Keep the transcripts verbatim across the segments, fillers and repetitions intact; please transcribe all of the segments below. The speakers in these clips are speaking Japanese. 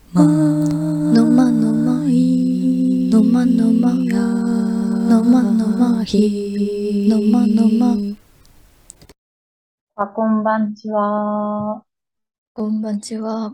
まのまのまいのまのまやのまのまひのまのま。 あ、こんばんちは。 こんばんちは。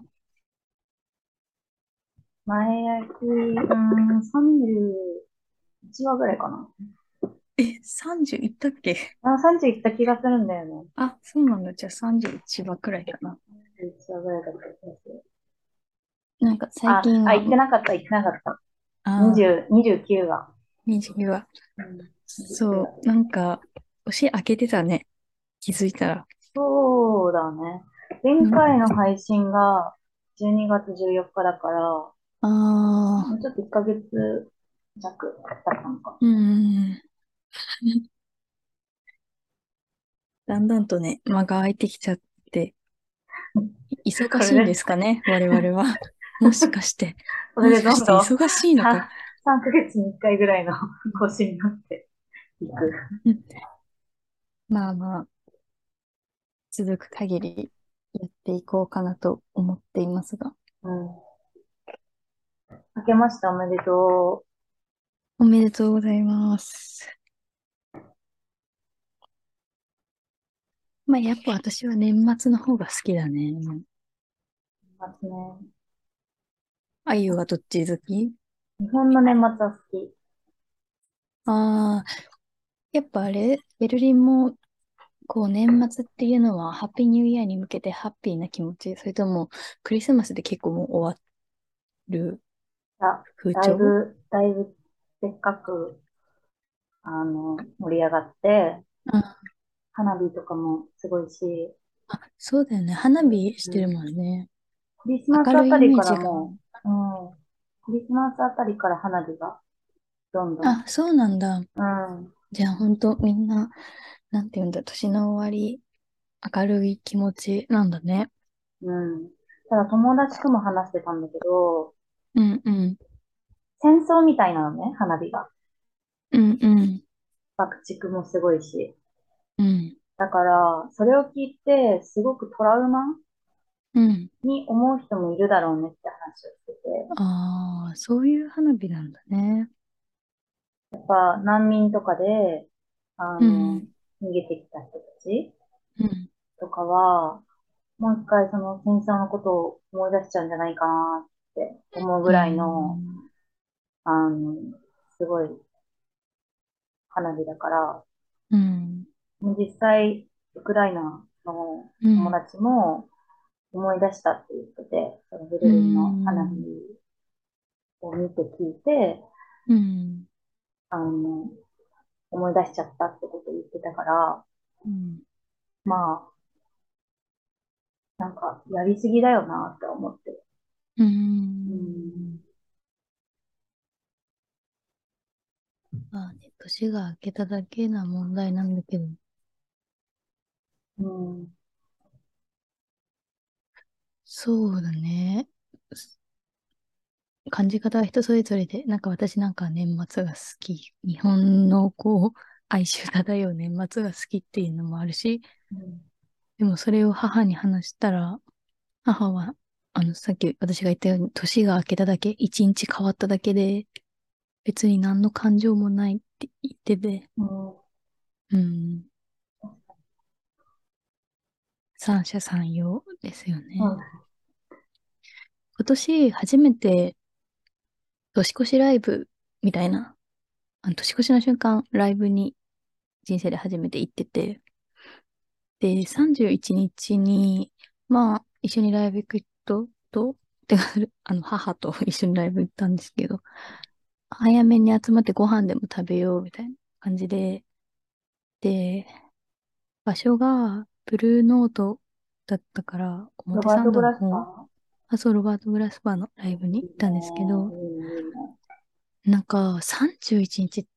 前焼き、うーん、さんじゅういちわぐらいかな。 え、さんじゅういったっけ？ あ、さんじゅういった気がするんだよね。 あ、そうなんだ。じゃあさんじゅういちわくらいかな。 さんじゅういちわぐらいだった気がする。 なんか最あ、あ、 近は、 言ってなかった、言ってなかった。 ああ、 にじゅう、にじゅうきゅうわ。 にじゅうは、 うん、にじゅうきゅうわ。 そう、なんか、年明けてたね。気づいたら。 そうだね。前ん回の配信がじゅうにがつじゅうよっかだから、 ああもうちょっといっかげつ弱だったのか。 ー、うーん。だんだんとね、間が空いてきちゃって、い忙しいんでこれで、 すかね、我々は。もしかして、 それでもしかどんどんして忙しいのか。 ささんかげつにいっかいぐらいのうん。 更新になっていく。 うん。まあまあ、続く限りやっていこうかなと思っていますが。 うん。明けましておめでとおめでとうございます。まあ、やっぱ私は年末の方が好きだね。 う。ますね。 あゆはどっち好き？ 日本の年末は好き。 ああー、やっぱあれ、ベルリンも、こう、年末っていうのは、ハッピーニューイヤーに向けてハッピーな気持ち、それとも、クリスマスで結構もう終わるだ、だい風潮？ ぶ、だいぶ、せっかく、あの、盛り上がって、 あ、 花火とかもすごいし、 あ、そうだよね。花火してるうん、 もんね。 クリスマ明るいイスあたりかメージが。 らもう、うん、クリスマスあたりから花火がどんどん、 あ、そうなんだ。 うん、 じゃあ、ほんと、みんな、なんていうんだ、年の終わり、明るい気持ちなんだね。 うん。ただ友達とも話してたんだけど、 うんうん。 戦争みたいなのね、花火が。 うんうん。 爆竹もすごいし。 うん。 だから、それを聞いて、すごくトラウマうん。 に思う人もいるだろうねって話をしてて、 ああ、そういう花火なんだね。 やっぱ難民とかで、あの、 うん。 逃げてきた人たちうん。 とかは、もう一回その戦争のことを思い出しちゃうんじゃないかなって思うぐうらいの、 ん。 あの、すごい花火だから、 うん。 実際、ウクライナのうん。 友達も思い出したって言ってて、そのベうルリンの花火ん。 を見て聞いて、 うん。 あの、思い出しちゃったってことを言ってたから、 うん。 まあ、なんか、やりすぎだよなって思って。 ううん。 ん。 まあね、年が明けただけな問題なんだけど、 うん。 そうだね。感じ方は人それぞれで、なんか私なんか年末が好き。日本のこう、哀愁漂う年末が好きっていうのもあるし、 うん。 でもそれを母に話したら、母は、あの、さっき私が言ったように、年が明けただけ、一日変わっただけで、別に何の感情もないって言ってて、 うん。 うん、三者三様ですよね。 うん。 今年初めて年越しライブみたいな、あの年越しの瞬間、ライブに人生で初めて行ってて、で、さんじゅういちにちにちに、まあ、一緒にライブ行く人と、てか、あの、母と一緒にライブ行ったんですけど、早めに集まってご飯でも食べようみたいな感じで、で、場所がブルーノートだったから、 ロ表参バート・グラスパ道の方、あ、そう、ロバート・グラスバーのライブーいいに行ったんですけど、 ね。いいね、いいね。 なんかさんじゅういちにちって、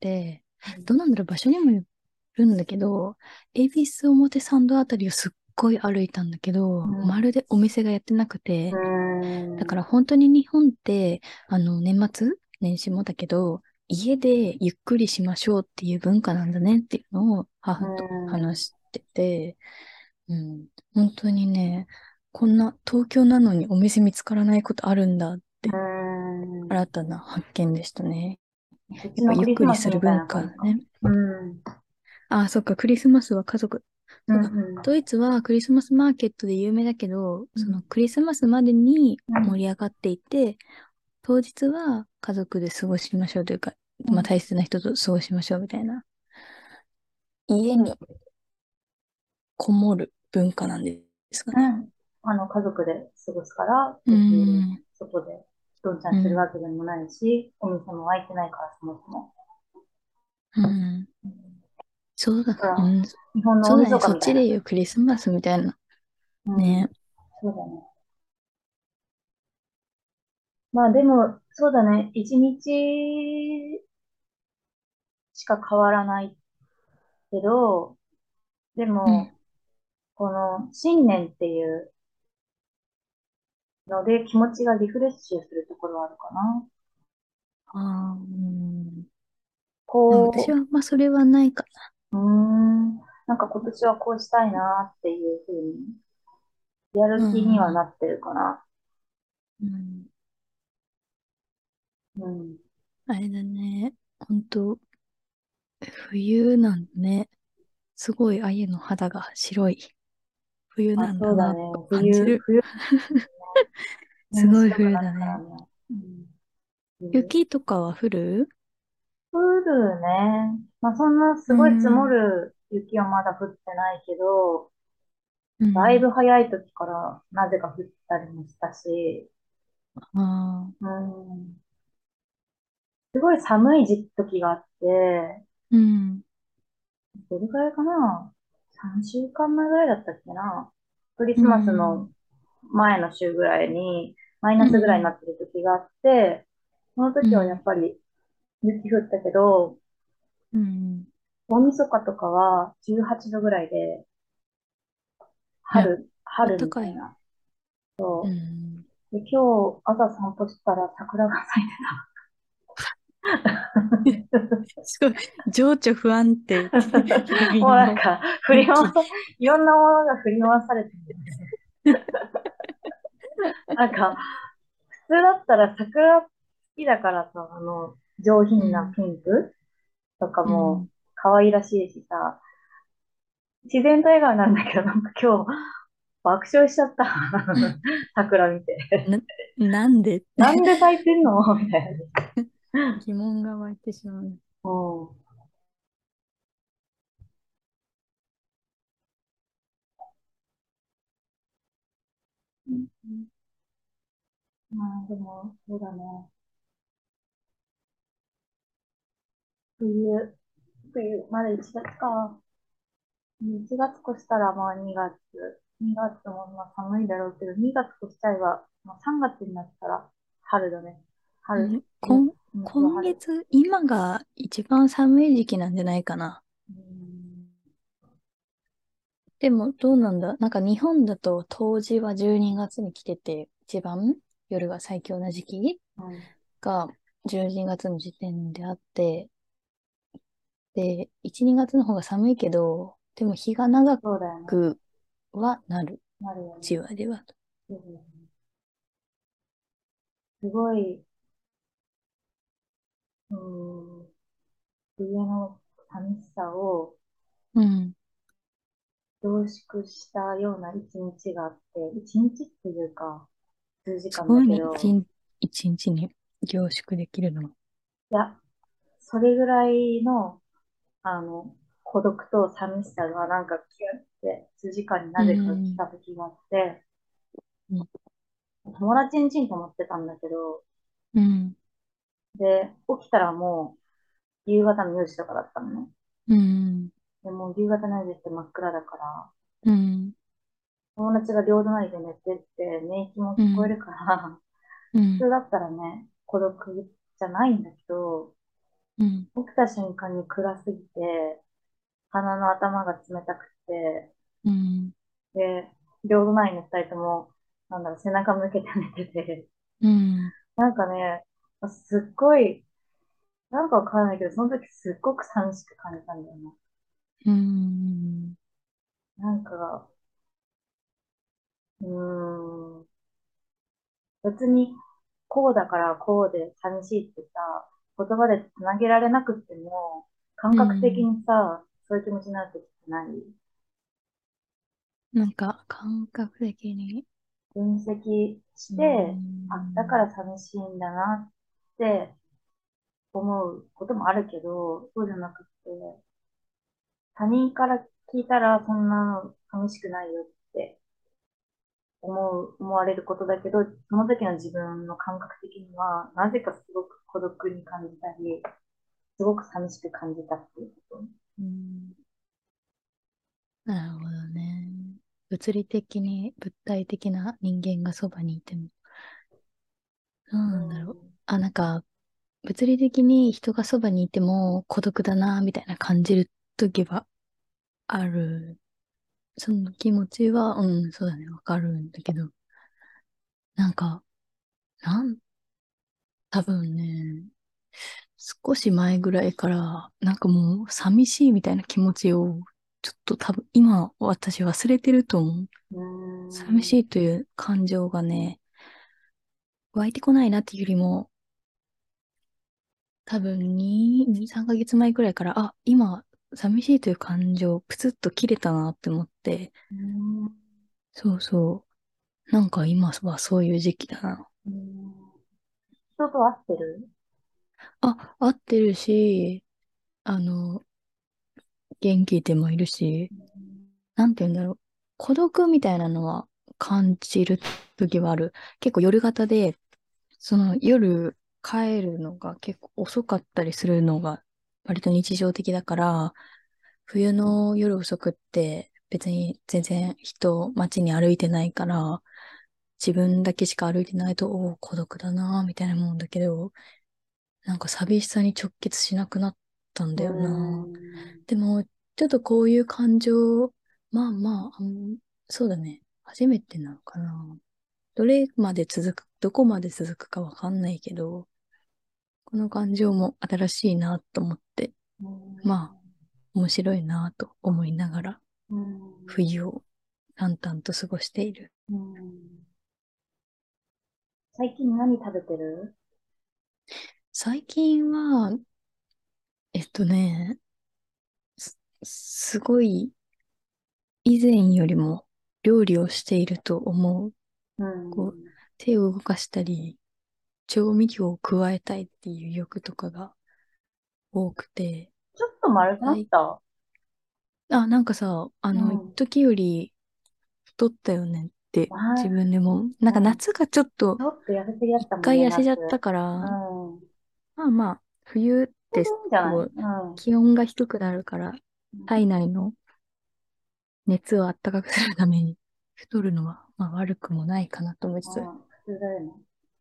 うん。 どうなんだろう、場所にもよるんだけど、恵比寿表参道あたりをすっごい歩いたんだけど、まるでお店がやってなくうて、だかん。 ら本当に日本って、あの、年末年始もだけど、家でゆっくりしましょうっていう文化なんだねっていうのをう母とん。 話してて、うん、本当にね、こんな東京なのにお店見つからないことあるんだっん。 新たな発見でしたね。 こっちやっぱゆっのクリスくりするマスみたい文化だな感じか。 ね。 うん。 ああ、そっか、クリスマスは家族。 うんそうか、 うん。 ドイツはクリスマスマーケットで有名だけど、 うん。 そのクリスマスまでにうん。 盛り上がっていて、当日は家族で過ごしましょうというか、まあうん。 大切な人と過ごしましょうみたいな、家にこもる文化なんですかね。 うん。あの、家族で過ごすから、 うー別にん、 外でどんちゃんするわうん、 けでもないし、お店も開いてないから、そもそも。 うん。 うん。 そうだ、 だから、 うん、 日本の大そうだね、 晦日みたいな。 そっちで言うクリスマスみたいな。 うん。 ね。 そうだね。まあでも、そうだね。一日しか変わらないけど、でうん。 も、この新年っていうので気持ちがリフレッシュするところはあるかな。 ああ、うん。私こは、まあ、それはないかう、うーん、なんか今年はこうしたいなっていうふうに、やな。 る気にはうん。 なってるかな。 うん。 うん。 あれだね。本当冬なんだね。すごい鮎の肌が白い冬あ、 なんだそうだね。 なと感じ冬、 る。 冬、急にすごい白くなる冬だね。 からね。うん。冬雪とかは降る？ 降るね。まあそんなすうごい積もん。 る雪はまだ降ってないけど、だいうん。 ぶ早い時からなぜか降ったりもしたし、 ああ。 うん。すごい寒い時時があって、 うん。 どれくらいかな？ さん 週間前ぐらいだったっけな。クリうスマスのん。 前の週ぐらいにマイナスぐらいになうん。 ってる時があって、その時はやっうん。 ぱり雪降ったけど、 うん。 大晦日とかはじゅうはちどぐらいで、 いや、 春、春み暖かい。 たいな。 うそん。 う。で、今日朝散歩したら桜が咲いてた。 すごい、情緒不安定っていう意もう味のなんか、振り回さ、 天気。 いろんなものが振り回されてるんだよね。なんか、普通だったら桜好きだからさ、あの、上品なうん。 ピンクとかもうん。 可愛らしいしさ、自然と笑顔なんだけど、なんか今日爆笑しちゃった。桜見て。 な、なんで？ なんで咲いてんのみたいな。 疑問が湧いてしまう。 うん。 うんまあでも、そうだね。冬、冬、まだいちがつか。いちがつ越したらまあにがつ。にがつもまあ寒いだろうけど、にがつ越しちゃえば、まあ、さんがつになったら春だね。春、 うんね、 今、 気持ちは春。 今月、今が一番寒い時期なんじゃないかな。 うん。 でも、どうなんだなんか日本だと冬至はじゅうにがつに来てて、一番夜が最強な時期うん。 がじゅうにがつの時点であって、で、いち、にがつの方が寒いけど、でも日が長そうだよね。 くはなる、 なるよね。 じわでは。 うん。すごい、うん、冬の寂しさをうん。 凝縮したような一日があって、一日っていうか、数時間だすごいね、一けど、 日、一日に凝縮できるのは。 いや、それぐらいの、あの、孤独と寂しさがなんかキュッて数時間にうなぜか来ん。 た時があって、 うん。 友達ん家に泊まってたんだけど、 うん。 で、起きたらもう夕方のよじとかだったのね。 うん。 でも夕方のよじって真っ暗だから、 うん。 友達が両隣で寝てって、寝息もうん。 聞こえるから、 うん。 普通だったらね、孤独じゃないんだけど、 うん。 起きた瞬間に暗すぎて、鼻の頭が冷たくて、 うん。 で、両隣の二人とも、なんだろう、背中向けて寝てて、 うん。 なんかね、すっごい、なんかわからないけど、その時すっごく寂しく感じたんだよね。 うん。 なんか、うーん、別にこうだからこうで寂しいってさ、言葉でつなげられなくっても、感う覚的ん。 にさ、そういう気持ちになるときってない？ なんか、感覚的に。 分析しうて、あ、だかん。 ら寂しいんだなって思うこともあるけど、そうじゃなくて、他人から聞いたらそんなの寂しくないよって思う、思われることだけど、その時の自分の感覚的には、なぜかすごく孤独に感じたり、すごく寂しく感じたっていうこと。 うん。なるほどね。物理的に、物体的な人間がそばにいても、どううなんだろう。 ん。 あ、なんか、物理的に人がそばにいても孤独だな、みたいな感じる時はある。その気持ちは、うん、そうだね、わかるんだけど、なんか、なん、多分ね、少し前ぐらいから、なんかもう寂しいみたいな気持ちを、ちょっと多分今私忘れてると思う。 うーん。 寂しいという感情がね、湧いてこないなっていうよりも、多分に、に、さんかげつまえくらいから、あ、今、寂しいという感情、プツッと切れたなって思って、 うーん。 そうそう。なんか今はそういう時期だな。 うーん。人と会ってる？ あ、合ってるし、あの、元気でもいるし、 うん。 なんて言うんだろう。孤独みたいなのは感じる時はある。結構夜型で、その夜帰るのが結構遅かったりするのが割と日常的だから、冬の夜遅くって別に全然人街に歩いてないから、自分だけしか歩いてないと、おお、孤独だなぁ、みたいなもんだけど、なんか寂しさに直結しなくなったんうーだよな。 ん。 でも、ちょっとこういう感情、まあまあ、あんそうだね。初めてなのかな。どれまで続く、どこまで続くかわかんないけど、この感情も新しいなと思って、 うーまあ、 ん。 面白いなと思いながら、 うーん。 冬を淡々と過ごしている。 うーん。最近何食べてる？ 最近は、えっとね、す、すごい以前よりも料理をしていると思う。 うこう、 ん。 手を動かしたり、調味料を加えたいっていう欲とかが多くて、 ちょっと丸くなはい。 った？ あ、なんかさ、あの、一うん。 時より太ったよねって自ま分でも、なんかあ、うん。 夏がちょっとちょっと痩せすぎだっ一たもんね、 回痩せちゃ夏。 ったから、 うん。 まあまあ、冬ってちょうどいいんじゃない？ こう、 うん。 気温が低くなるから、 うん。 体内の熱を暖かくするために太るのは、まあ悪くもないかなと思いつつ。 まあ、普通だよね。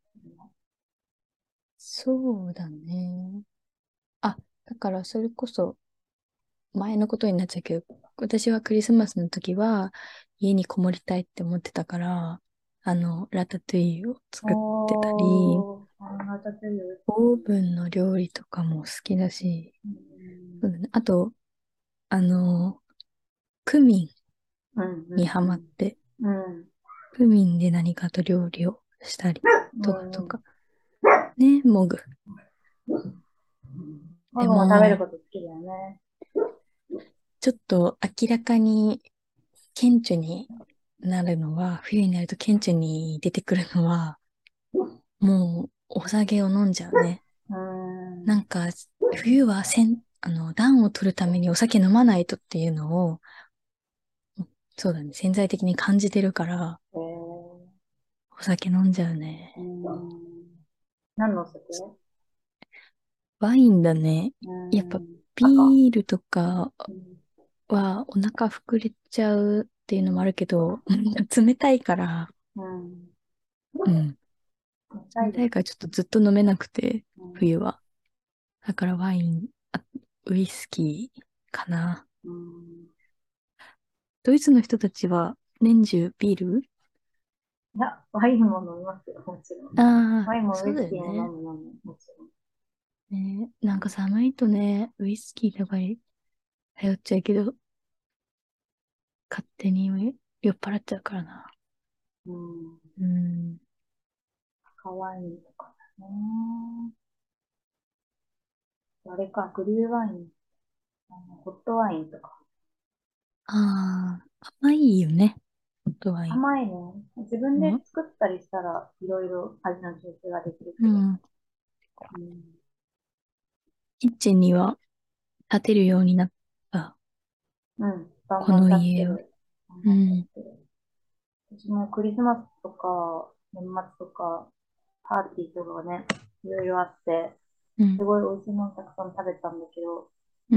そうだね。あ、だからそれこそ前のことになっちゃうけど、私はクリスマスの時は家にこもりたいって思ってたから、あの、ラタトゥイユを作ってたり、 おー、あー、またという。 オーブンの料理とかも好きだし、 うん。 そうだね。あと、あの、クミうん、 ンにハマうん、 って、 うん。うん。 クミンで何かと料理をしたりとかうん。 とか。ね、モグ。でママも食べるも、 こと好きだよね。 ちょっと明らかに顕著になるのは、冬になると顕著に出てくるのは、もうお酒を飲んじゃうね。 うーん。 なんか、冬はせん、あの、暖を取るためにお酒飲まないとっていうのを、そうだね、潜在的に感じてるから、 えー、 お酒飲んじゃううーね。 ん。何のお酒？ ワインだね。 うーやっぱん。赤？ ビールとかうん。 はお腹膨れちゃうっていうのもあるけど、冷たいから、 うん。 うん。冷大丈夫。 たいからちょっとずっと飲めなくて、 うん。 冬は。だからワイン、あ、ウイスキーかな。 うん。 ドイツの人たちは年中ビール。 いや、ワインも飲みますよ、もちろん。 ああー、 ワインもウそうイスキーもだよね。 飲む飲む、もちろん。 ね、なんか寒いとね、ウイスキーとかに頼っちゃうけど、勝手に酔っ払っちゃうからな。 うん。 うん。 赤ワインとかだね。あれか、グリューワイン、あのホットワインとか。 ああ、甘いよね。ホットワイン。 甘いね。自分でうん。 作ったりしたらいろいろ味の調整ができるけど。 うん。 うん。 キッチンには立てるようになった。 うん。バンこバンの家を。 立ってる。バンバン立うん。 ってる。私もクリスマスとか、年末とか、パーティーとかがね、いろいろあって、 うん。 すごい美味しいものたくさん食べたんだけど、 うん。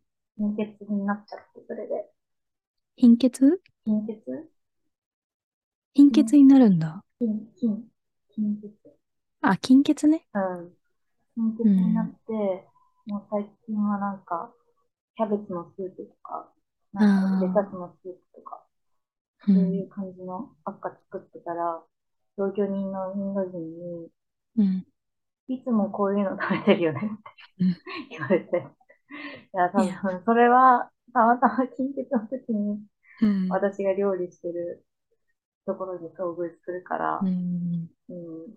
貧血になっちゃって、それで。 貧血貧血貧、 貧血になるんだ。 貧、貧、貧血。 あ、貧血ね。 うん。貧血になっうん。 て、もう最近はなんか、キャベツのスープとか、なんかレタスああ、 のスープとか、 うん。 そういう感じのばっか作ってたら、同居人のインド人に、 うん。 いつもこういうの食べてるよねってうん。 言われて、いや、多いや、 分それは、たまたま貧血の時にうん。 私が料理してるところに遭遇するかうら、 ん。 うん、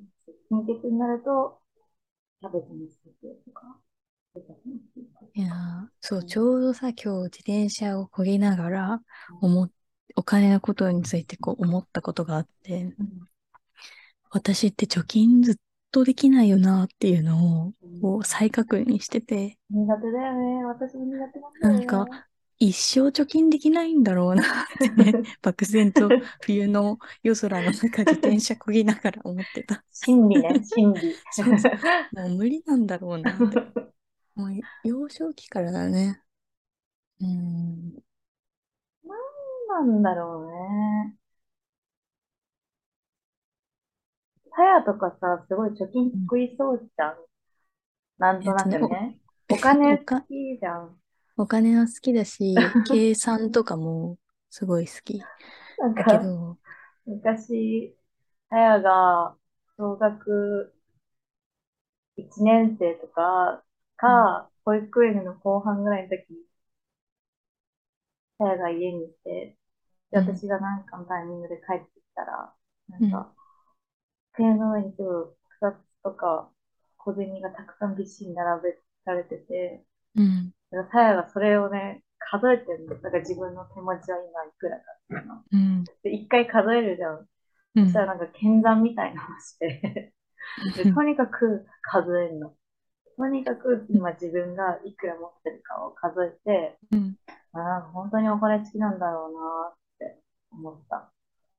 貧血になると、キャベツのスープとか、レタスのスープといやか、 ー、そう、ちうん、 ょうどさ、今日自転車を漕ぎながら、思っ、お金のことについてこう思ったことがあって、 うん、 私って貯金ずっとできないよなっていうのを、 うん。 こう再確認してて、 苦手だよね。私も苦手なんだなんか、 よ一生貯金できないんだろうなってね。 漠然と冬の夜空の中自転車漕ぎながら思ってた。 心理ね、心理。 そうそう。もう無理なんだろうなって。もう幼少期からだね。うん。 何なんだろうね。タヤとかさ、すごい貯金うん。 得意そうじゃん。なんとなえっとね、お、 くね。お金好おか、 きじゃん。 お金は好きだし、計算とかもすごい好き。だけなんか、 ど、 昔、タヤが小学いちねん生とかうん、 か、保育園の後半ぐらいの時に、タヤが家にいて、で、 うん、 私がなんかのタイミングで帰ってきたら、なんうん、 か、机の上にすぐ草とか小銭がたくさんびっしり並べられてて、 うん、 だからさやがそれをね、数えてるの。だから自分の手持ちは今いくらかっていうの。 うん、 で、一回数えるじゃん。そしたらうん、 なんか剣山みたいなのをしてで、とにかく数えるの。とにかく今自分がいくら持ってるかを数えて、 うん。 あ、なんか本当にお金好きなんだろうなって思った。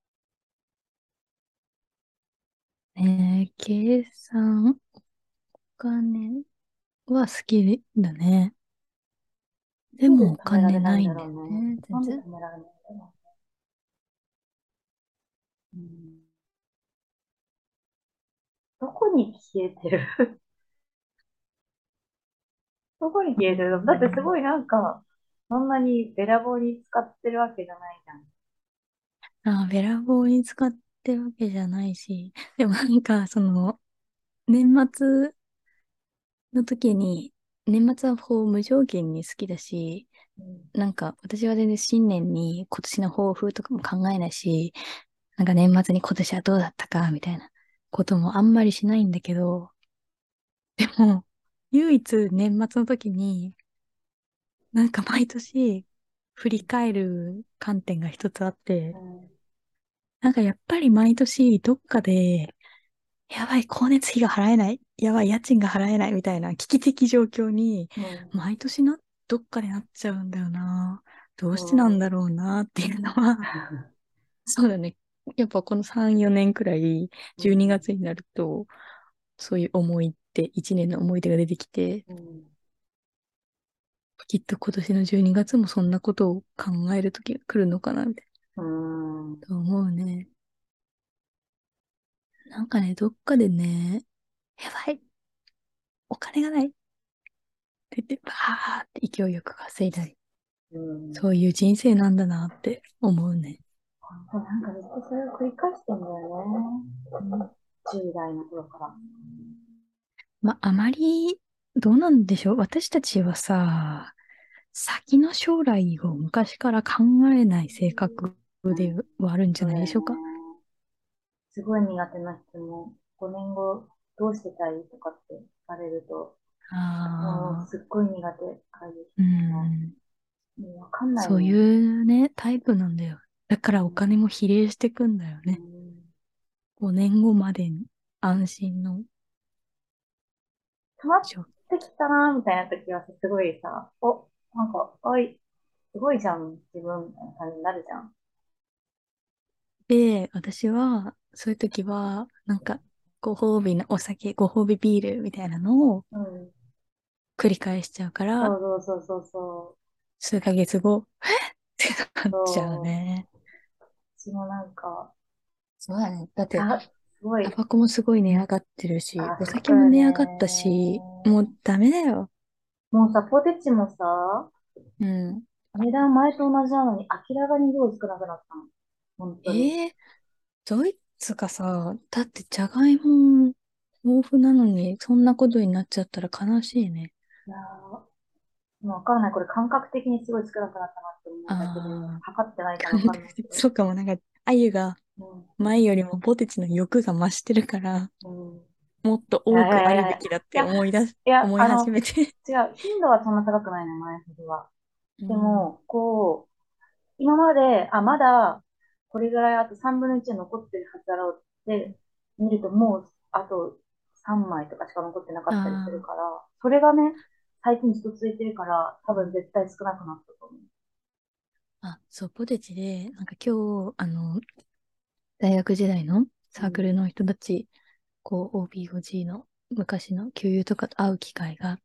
えー、計算、お金は好きだね。でなんでもお貯められないん金ないんだよだろうね。 ね、全なんで然。 貯められないんだろう。うん、どこに消えてる？どこにう消えてるの？だってすん。 ごいなんか、そんなにべらぼうに使ってるわけじゃないじゃん。 あ、べらぼうに使ってるわけじゃないし、でもなんか、その、年末の時に、年末はこう無条件に好きだし、 うん。 なんか私は全然新年に今年の抱負とかも考えないし、なんか年末に今年はどうだったかみたいなこともあんまりしないんだけど、でも、唯一年末の時に、なんか毎年振り返る観点が一つあって、 うん。 なんかやっぱり毎年どっかで、やばい、光熱費が払えない。やばい、家賃が払えないみたいな危機的状況に、 うん。 毎年な、どっかでなっちゃうんだよな。どううしてなんだん。 ろうなっていうのは、そうだね。やっぱこのさん、よねんくらい、じゅうにがつになると、そういう思いって、いちねんの思い出が出てきて、 うん。 きっと今年のじゅうにがつもそんなことを考える時が来るのかな、みたいうん。うん。 な、と思うね。なんかね、どっかでね、やばい、お金がないって言って、バーって勢いよく稼いだり、 うん。 そういう人生なんだなって思うね。 本当なんかずっとそれを繰り返してんだよね。 うん。 じゅう代の頃から。 まあ、あまり、どうなんでしょう。私たちはさ、先の将来を昔から考えない性格うん。 ではあるんじゃそうだよね。 ないでしょうか。 すごい苦手な人もごねんごどうしてたいとかって聞かれると、もうああ、 すっごい苦手、ああいうう質問は。 ん。 もうわかんないそういもん。 うね、タイプなんだよ。だからお金も比例してくんだようね。 ん。 ごねんごまでに安心の溜まっ状てきたな、みたいな時はさすごいさ、お、なんか、おい、すごいじゃん、自分、みたいな感じになるじゃん。 で、私は、そういう時は、なんか、ご褒美のお酒、ご褒美ビールみたいなのをうん。 繰り返しちゃうから、 そうそうそうそうそう。 数ヶ月後、ってなっちゃうそう。 ね。 私もなんか、 そうだね。だって、 あ、すごい、 タバコもすごい値上がってるし、 あ、 お酒もそうだよ値上がったし、もうね。 ダメだよ。 もうさ、ポテチもさ、 うん。 値段前と同じなのに明らかに量少なくなったの。本当に。いええー、ドイツがさ、だってじゃがいも豊富なのに、そんなことになっちゃったら悲しいね。 やー、もうわかんない。これ感覚的にすごい少なくなったなって思うんだけど、 ああ、 測ってないからわ感かんないけ覚的。 ど。 そうかも、なんか、あゆがうん。 前よりもポテチの欲が増してるから、 うん。 もっといや多くあるいやいやいや、いべきだってや、 思い出す、 いや、 思いあの、 始めて。 違う。頻度はそんな高くないの、前ほどは。 うん。 でも、こう、今まで、あ、まだ、これぐらいあとさんぶんのいち残ってるはずだろうって見ると、もう、あとさんまいとかしか残ってなかったりするあから、それがね、最近ずっと続いてるから、多分絶対少なくなったと思あ、あ、そう、ポテチで、なんか今日、あの、大学時代のう。うん。 サークルの人たち、こう、オービー、オージー の昔の給油とかと会う機会があって、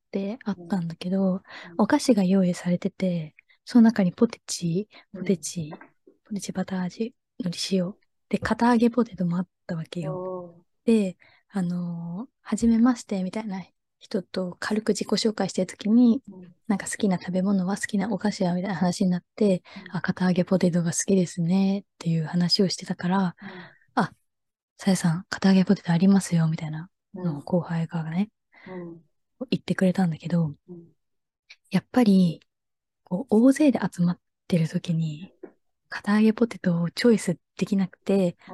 あっうん。 たんだけど、 うん。 お菓子が用意されてて、その中にポテチ、ポうん。 テチ、ポテチバター味、のり塩、で、片揚げポテトもあったわけおよ。 ー。 で、あのーはじめましてみたいな人と軽く自己紹介してるときに、 うん。 なんか好きな食べ物は好きなお菓子はみたいな話になって、 うん。 あ、片揚げポテトが好きですねっていう話をしてたから、 うん。 あ、さやさん、片揚げポテトありますよみたいなうん。 のを後輩がね、 うん。 言ってくれたんだけど、 うん。 やっぱり、こう、大勢で集まってるときに、片揚げポテトをチョイスできなくて、 うん。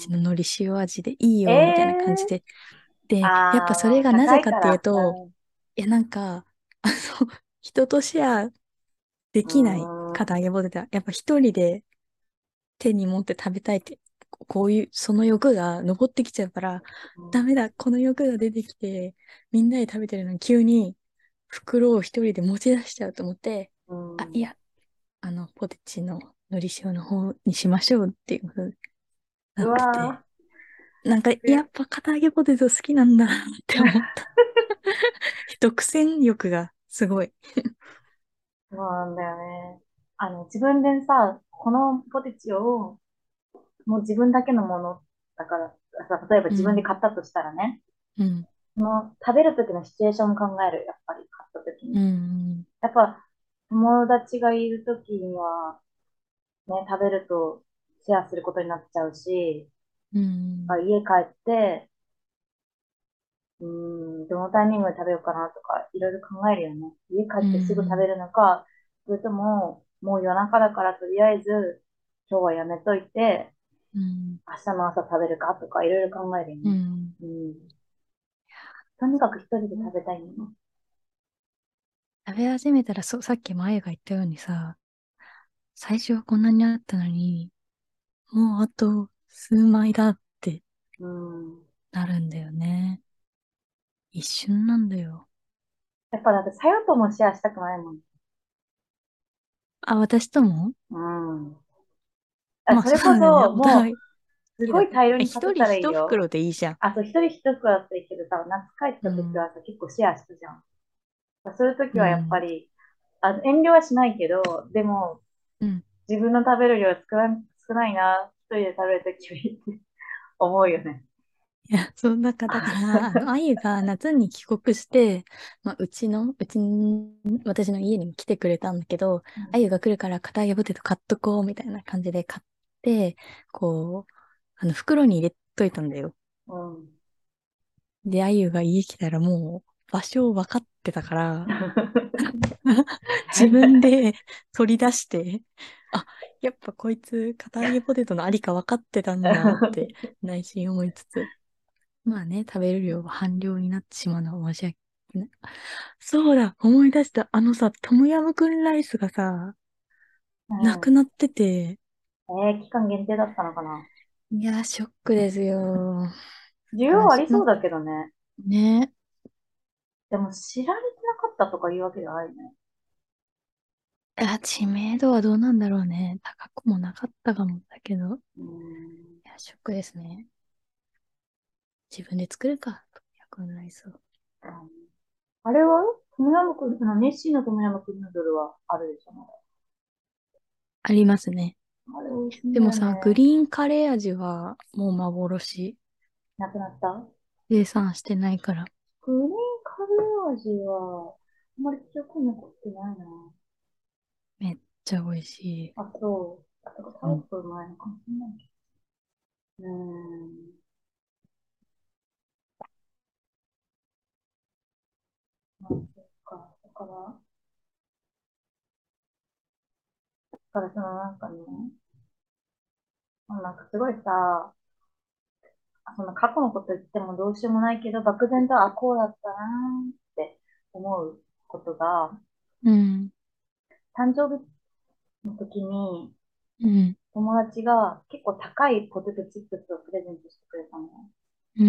ポテチの海苔塩味でいいえよ、みたいな感じー。 で。で、やっぱそれあー、 がなぜかっていう高いから。 と、 ういや、なんか、あの、人とシェアでん。 きないうーん。 片揚げポテトは、やっぱ一人で手に持って食べたいって、ここういう、その欲が残ってきちゃうから、 うん。 ダメだ、この欲が出てきて、みんなで食べてるのに急に袋を一人で持ち出しちゃうと思って、 うあ、いん。 や、あの、ポテチの海苔塩の方にしましょうっていう風になうってて、 わなんか、 ー。え、 やっぱ片揚げポテト好きなんだなって思った。独占欲がすごい。 そうなんだよね。あの、自分でさ、このポテチを、もう自分だけのものだからさ、例えば自分でうん、 買ったとしたらね、 うん、 その食べる時のシチュエーションを考える、やっぱり買った時うに。 ん、 やっぱ、友達がいる時には、ね、食べるとシェアすることになっちゃうし、 うん、 あ、家帰って、うーん、どのタイミングで食べようかなとか、いろいろ考えるよね。家帰うってすぐ食べん、 るのか、それとも、もう夜中だからとりあえず、今日はやめといて、 うん、 明日の朝食べるかとか、いろいろ考えるよね。 うん。 うん。とにかく一人で食べたいの。 食べ始めたら、そう、さっき前が言ったようにさ、最初はこんなにあったのに、もうあと数枚だってうん。 なるんだよね。一瞬なんだよ。 やっぱだって、さよともシェアしたくないもん。 あ、私ともうん。あ、 まあそれこそうだよね。 そ、もお互い好う、すきだから。 ごい大量え、 に買ってたらいい一人一よ。 袋でいいじゃん。 あ、そう、一人一袋だったらいいけどさ、夏帰った時うん、 はさ、結構シェアしたじゃん。そういう時はやっぱうん、 り、あの、遠慮はしないけど、でも、 うん。 自分の食べる量少な少ないな、一人で食べる時はいいって思うよね。 いや、そう、なんか、だから、あの、あゆが夏に帰国して、まあ、うちの、うちに、私の家にも来てくれたんだけど、あゆが来るから片揚げポテト買っとこう、みたいな感じで買って、こう、あの、袋に入れといたんだよ。 うん。 で、あゆが家来たらもう、場所分かってたから、自分で取り出して、あ、やっぱこいつ、片揚げポテトのありか分かってたんだって、内心思いつつ。 まあね、食べる量が半量になってしまうのは申し訳ない。そうだ、思い出した。あのさ、トムヤムクンライスがさ、 うん。 なくなってて、 えー、期間限定だったのかな。 いや、ショックですよ。 需だからし、な、 要ありそうだけどね。 ね。 でも知られてなかったとかいうわけではないね。 あ、知名度はどうなんだろうね。高くもなかったかもだけど。いうーん。 や、ショックですね。自分で作るか。トムヤムクンライスを。 あれはトムヤムクン、あの、ネッシーのトムヤムクンヌードルはあるでしょ、まだ。 ありますね。 あれ美味しいんだよでもさ、グね。 リーンカレー味はもう幻。 なくなった。 生産してないから。 グリーンカレー味は、あんまり記憶に残ってないな。 めっちゃ美味しい。 あ、そう。だからうん。 食べたことないのかもしれないけど。うーん。まあ、そっか。だから、だからそのなんかね、なんかすごいさ、その過去のこと言ってもどうしようもないけど、漠然と、あ、こうだったなーって思うことが、 うん。 誕生日の時にうん。 友達が結構高いポテトチップスをプレゼントしてくれたの。 うん。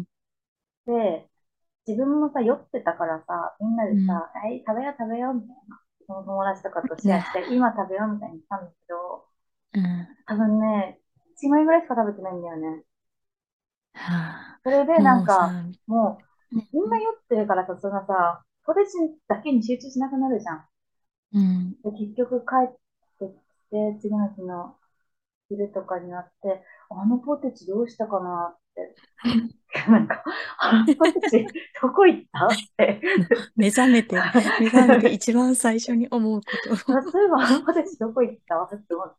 で、自分もさ、酔ってたからさ、みんなうん。 でさ、えい、食べよう食べようみたいな。その友達とかとシェアな、 して、今食べようみたいにしたんだけど、 うん。 多分ね、いちまいぐらいしか食べてないんだよね。 はあ、 それでなんか、 もうさ、 もう、みんなね、 酔ってるからさ、そのさ、ポテチだけに集中しなくなるじゃん。 うん。 で、結局帰ってきて、次の日の昼とかになって、あのポテチどうしたかなって、なんか、あのポテチどこ行ったって。 あの、目覚めて、目覚めて一番最初に思うこと。 あ、そういえばあのポテチどこ行ったって思って、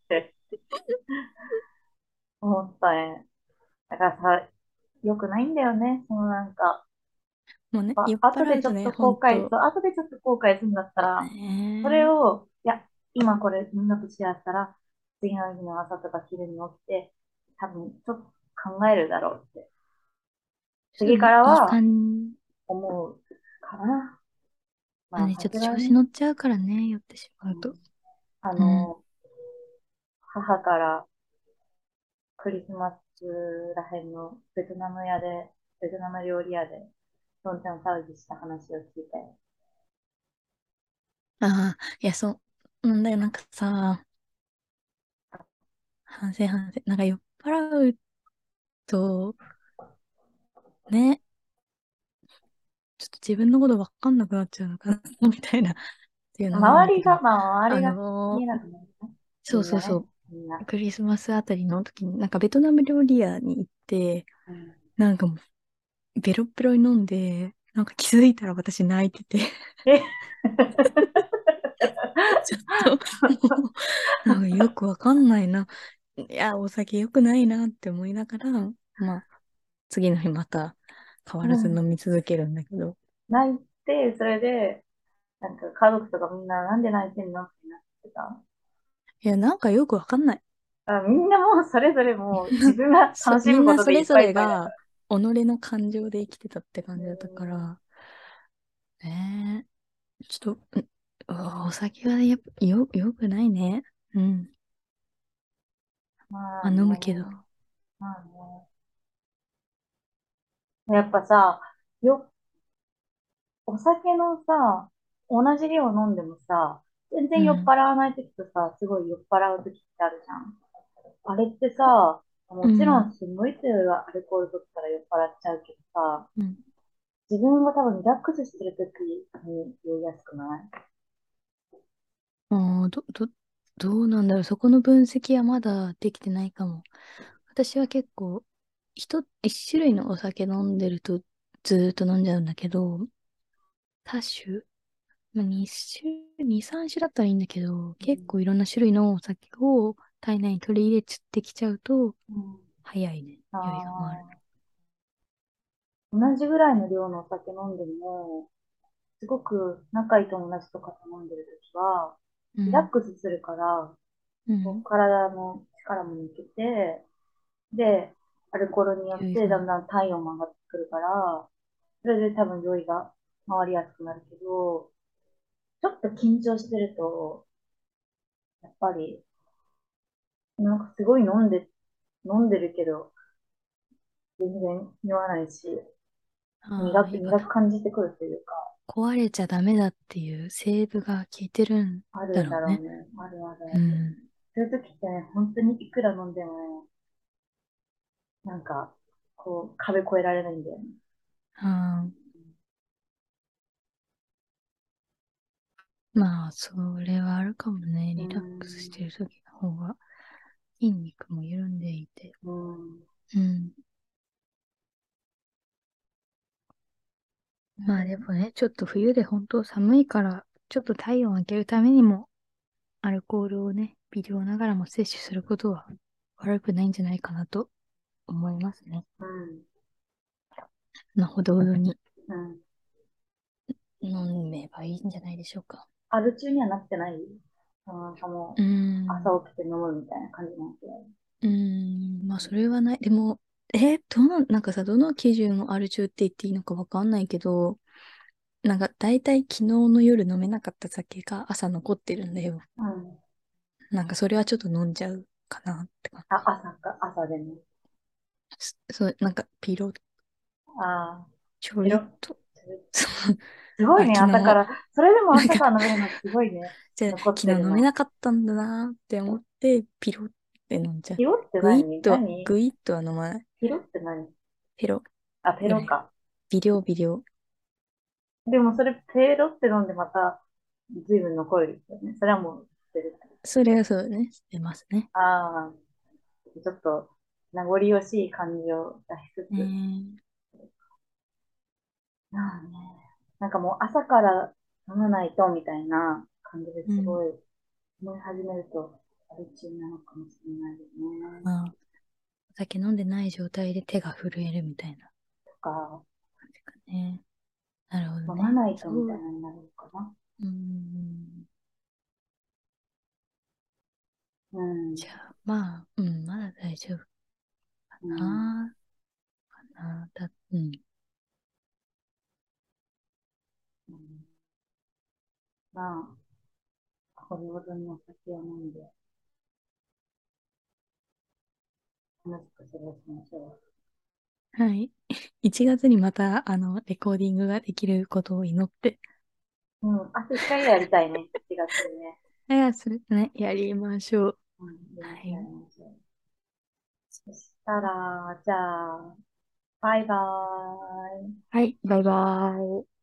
思ったね。だからさ、良くないんだよね。そのなんか、 もうね、 あ、 酔っ後で払うとね、 ちょっと後悔、 ほんと、 そう、後でちょっと後悔するんだったら、それねを、いや、今これみんなとシェアしたら、次の日の朝とか昼に起きて、多分ちょっと考えるだろうって。次かちょっとね、いいらは感じ、 思うかな。まあ、 まあね、ちょっと調子さすがに、 乗っちゃうからね、酔ってしまうと。 うん、あうん。 の、母からクリスマスらへんのベトナム屋で、ベトナム料理屋で、どんちゃん騒ぎした話を聞いて、 ああ、いや、そう、なんだよ、なんかさ、反省反省。なんか酔っ払うと、ね、ちょっと自分のことわかんなくなっちゃうのかな、みたいな、っていうのはあるんだ周りが、 けど、 まあ、周りあが見えのーなくなるね。みんなね、 そうそうそみんな。 う、クリスマスあたりの時に、なんかベトナム料理屋に行って、 うん、 なんかもう、ベロッベロに飲んで、なんか気づいたら私泣いてて、 えちょっと、もう、なんかよくわかんないな。いや、お酒良くないなって思いながら、まあ、次の日また変わらずうん、 飲み続けるんだけど、 泣いて、それで、なんか家族とかみんななんで泣いてんのってなってた。 いや、なんかよくわかんない。 あ、みんなもうそれぞれもう自分がそ、 楽しみんむことでいっなそれぞぱいいっぱいだかれが、己の感情で生きてたって感ら。 じだったかうら、ねえ、ちょっと、んおお酒はやっぱよ、よくないね。うん。 ん、ままああね、 飲むけど。 まあね。やっぱさ、よ、お酒のさ、同じ量飲んでもさ、全然酔っうん。 払わないときとさ、すごい酔っ払うときってあるじゃん。あれってさ、もちろうん。 んすごい強いアルコール取ったら酔っ払っちゃうけどさ、 うん。 自分が多分リラックスしてるときに酔いやすくない？ ああ、ど、ど、どうなんだろう。そこの分析はまだできてないかも。私は結構、一、一種類のお酒飲んでるとずーっと飲んじゃうんだけど、多種、まあ、二種、二、三種だったらいいんだけど、結構いろんな種類のお酒を体内に取り入れつってきちゃうと、 うん。 早いね。 あ酔いが回るあ、同じぐらいの量のお酒飲んでも、すごく仲いい友達とかと飲んでるときは、 の。うん。 リラックスするから、こううん。 体の力も抜けて、で、アルコールによっ酔いが。 てだんだん体温も上がってくるから、それで多分酔いが回りやすくなるけど、ちょっと緊張してると、やっぱり、なんかすごい飲んで、飲んでるけど、全然酔わないし、 ああ、 苦く、 やっぱ苦く感じてくるというか、 壊れちゃダメだっていうセーブが効いてるんあるんだろうね。 だろうね。あるあるある。 うん。 そういう時ってね、本当にいくら飲んでもね、なんか、こう、壁越えられないんだよね。 ああ、まあ、それはあるかもね。 うリラックスしん、 てる時の方が筋肉も緩んでいて。 うん、 うん。まあでもね、ちょっと冬で本当寒いから、ちょっと体温を上げるためにも、アルコールをね、微量ながらも摂取することは悪くないんじゃないかなと思いますね。 うん、 まあ、ほどほどにうん。 飲めばいいんじゃないでしょうか。 アル中にはなってない？なんかもうーう、朝ん。 起きて飲むみたいな感じなんですよ。 うーん。まあ、それはない。でも、え、どの、なんかさ、どの基準をアル中って言っていいのかわかんないけど、なんか大体昨日の夜飲めなかった酒が朝残ってるんだよ。 うん。 なんかそれはちょっと飲んじゃうかなって感あ、 じ。 朝か、朝でね。 そそう、なんかピロ、 ああ、 ちょペロ、 りっと、そう、あ、 すごいね、 昨日、 朝から。それでもなんか、 朝から飲めるのすごいね。 じゃあ残っ昨日飲めてるの。 なかったんだなって思って、ピロって飲んじゃう。 ピロってグイッと、 何何グイッとは飲まない。 ピロって何？ ペロあ、ペぐらい。 ロか。 微量微量。 でもそれ、ペロって飲んでまた、随分残るよね。それはもう、捨てる。 それはそうね。出ますね。 ああ、ちょっと、名残惜しい感じを出しつえつ。 ー、 まあね、なんかもう朝から飲まないとみたいな感じでうん。 すごい思い始めると、アル中なのかもしれないですね。 まあ、お酒飲んでない状態で手が震えるみたいなとか、 感じかね。なるほど飲まね。 ないとみたいそう。 なのになるのかな。 うん。 うん。 じゃあ、まあ、うん、まだ大丈夫かうん。 な。かな。だ、うん。 うん、まあ、これほどにお酒を飲んで、楽しく過ごしましょはい。いちがつにまた、あの、レコーディングができることを祈って。 う。うん。あと一回やりたいね。しちがつにね。 いや、それね、やりましょう。 うん。やりましょう、やはい。 りましょう。そしたら、じゃあ、バイバーイ。 はい、バイバーイ。